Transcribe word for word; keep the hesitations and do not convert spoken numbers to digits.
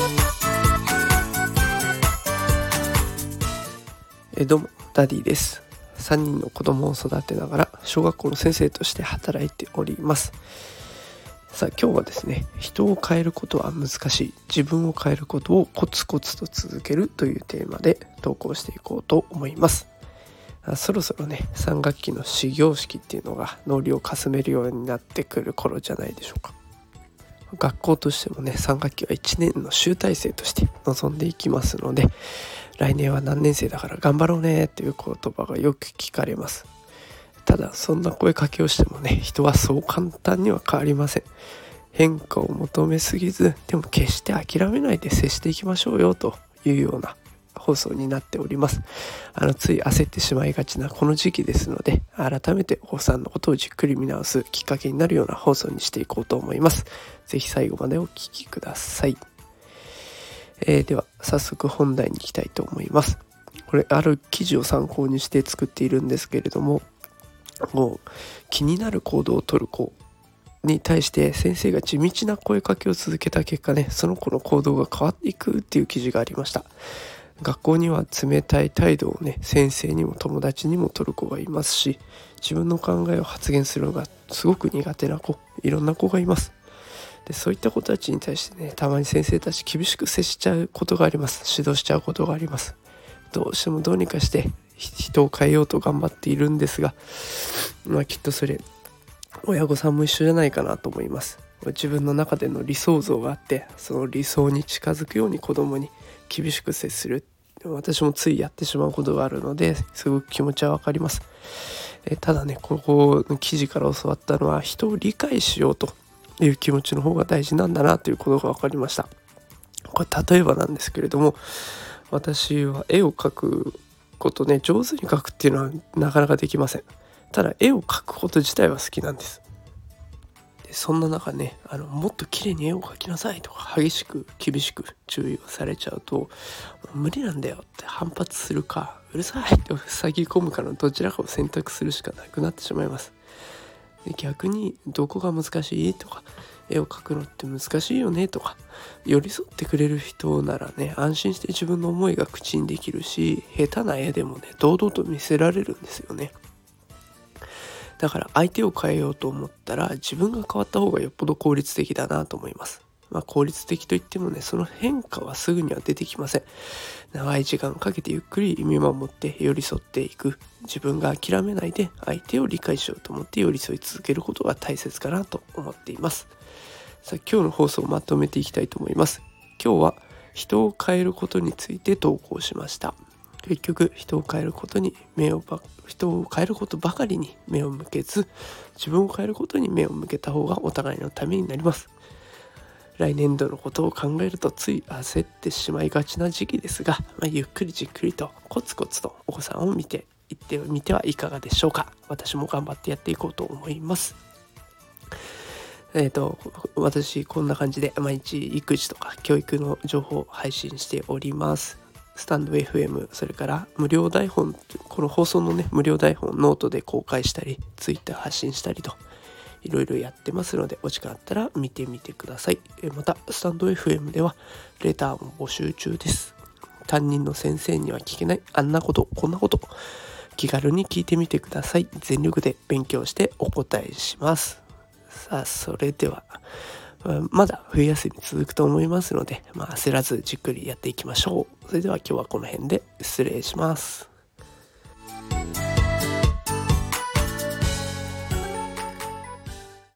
えどうもダディです。さんにんの子供を育てながら小学校の先生として働いております。さあ今日はですね、人を変えることは難しい、自分を変えることをコツコツと続けるというテーマで投稿していこうと思います。あそろそろね、さん学期の始業式っていうのが脳裏をかすめるようになってくる頃じゃないでしょうか。学校としてもね、さん学期はいちねんの集大成として臨んでいきますので、来年は何年生だから頑張ろうねという言葉がよく聞かれます。ただそんな声かけをしてもね、人はそう簡単には変わりません。変化を求めすぎず、でも決して諦めないで接していきましょうよというような放送になっております。あのつい焦ってしまいがちなこの時期ですので、改めてお子さんのことをじっくり見直すきっかけになるような放送にしていこうと思います。ぜひ最後までお聞きください。えー、では早速本題に行きたいと思います。これある記事を参考にして作っているんですけれども、もう気になる行動をとる子に対して先生が地道な声かけを続けた結果ね、その子の行動が変わっていくっていう記事がありました。学校には冷たい態度をね、先生にも友達にも取る子がいますし、自分の考えを発言するのがすごく苦手な子、いろんな子がいます。でそういった子たちに対してね、たまに先生たち厳しく接しちゃうことがあります。指導しちゃうことがあります。どうしてもどうにかして人を変えようと頑張っているんですが、まあきっとそれ親御さんも一緒じゃないかなと思います。自分の中での理想像があって、その理想に近づくように子供に厳しく接する、私もついやってしまうことがあるので、すごく気持ちはわかります。えただね、ここの記事から教わったのは、人を理解しようという気持ちの方が大事なんだなということが分かりました。これ例えばなんですけれども、私は絵を描くことね、上手に描くっていうのはなかなかできません。ただ絵を描くこと自体は好きなんです。でそんな中ね、あのもっと綺麗に絵を描きなさいとか激しく厳しく注意をされちゃうと、無理なんだよって反発するか、うるさいって塞ぎ込むかのどちらかを選択するしかなくなってしまいます。で逆にどこが難しいとか、絵を描くのって難しいよねとか寄り添ってくれる人ならね、安心して自分の思いが口にできるし、下手な絵でもね堂々と見せられるんですよね。だから相手を変えようと思ったら、自分が変わった方がよっぽど効率的だなと思います。まあ効率的といってもね、その変化はすぐには出てきません。長い時間かけてゆっくり見守って寄り添っていく、自分が諦めないで相手を理解しようと思って寄り添い続けることが大切かなと思っています。さあ今日の放送をまとめていきたいと思います。今日は人を変えることについて投稿しました。結局人を変えることに目をば人を変えることばかりに目を向けず、自分を変えることに目を向けた方がお互いのためになります。来年度のことを考えるとつい焦ってしまいがちな時期ですが、まあ、ゆっくりじっくりとコツコツとお子さんを見ていってみてはいかがでしょうか。私も頑張ってやっていこうと思います。えーと、私こんな感じで毎日育児とか教育の情報を配信しております。スタンド エフエム、それから無料台本、この放送のね無料台本ノートで公開したり、ツイッター発信したりといろいろやってますので、お時間あったら見てみてください。またスタンド エフエム ではレターも募集中です。担任の先生には聞けないあんなことこんなこと、気軽に聞いてみてください。全力で勉強してお答えします。さあそれでは、まだ冬休み続くと思いますので、まあ、焦らずじっくりやっていきましょう。それでは今日はこの辺で失礼します。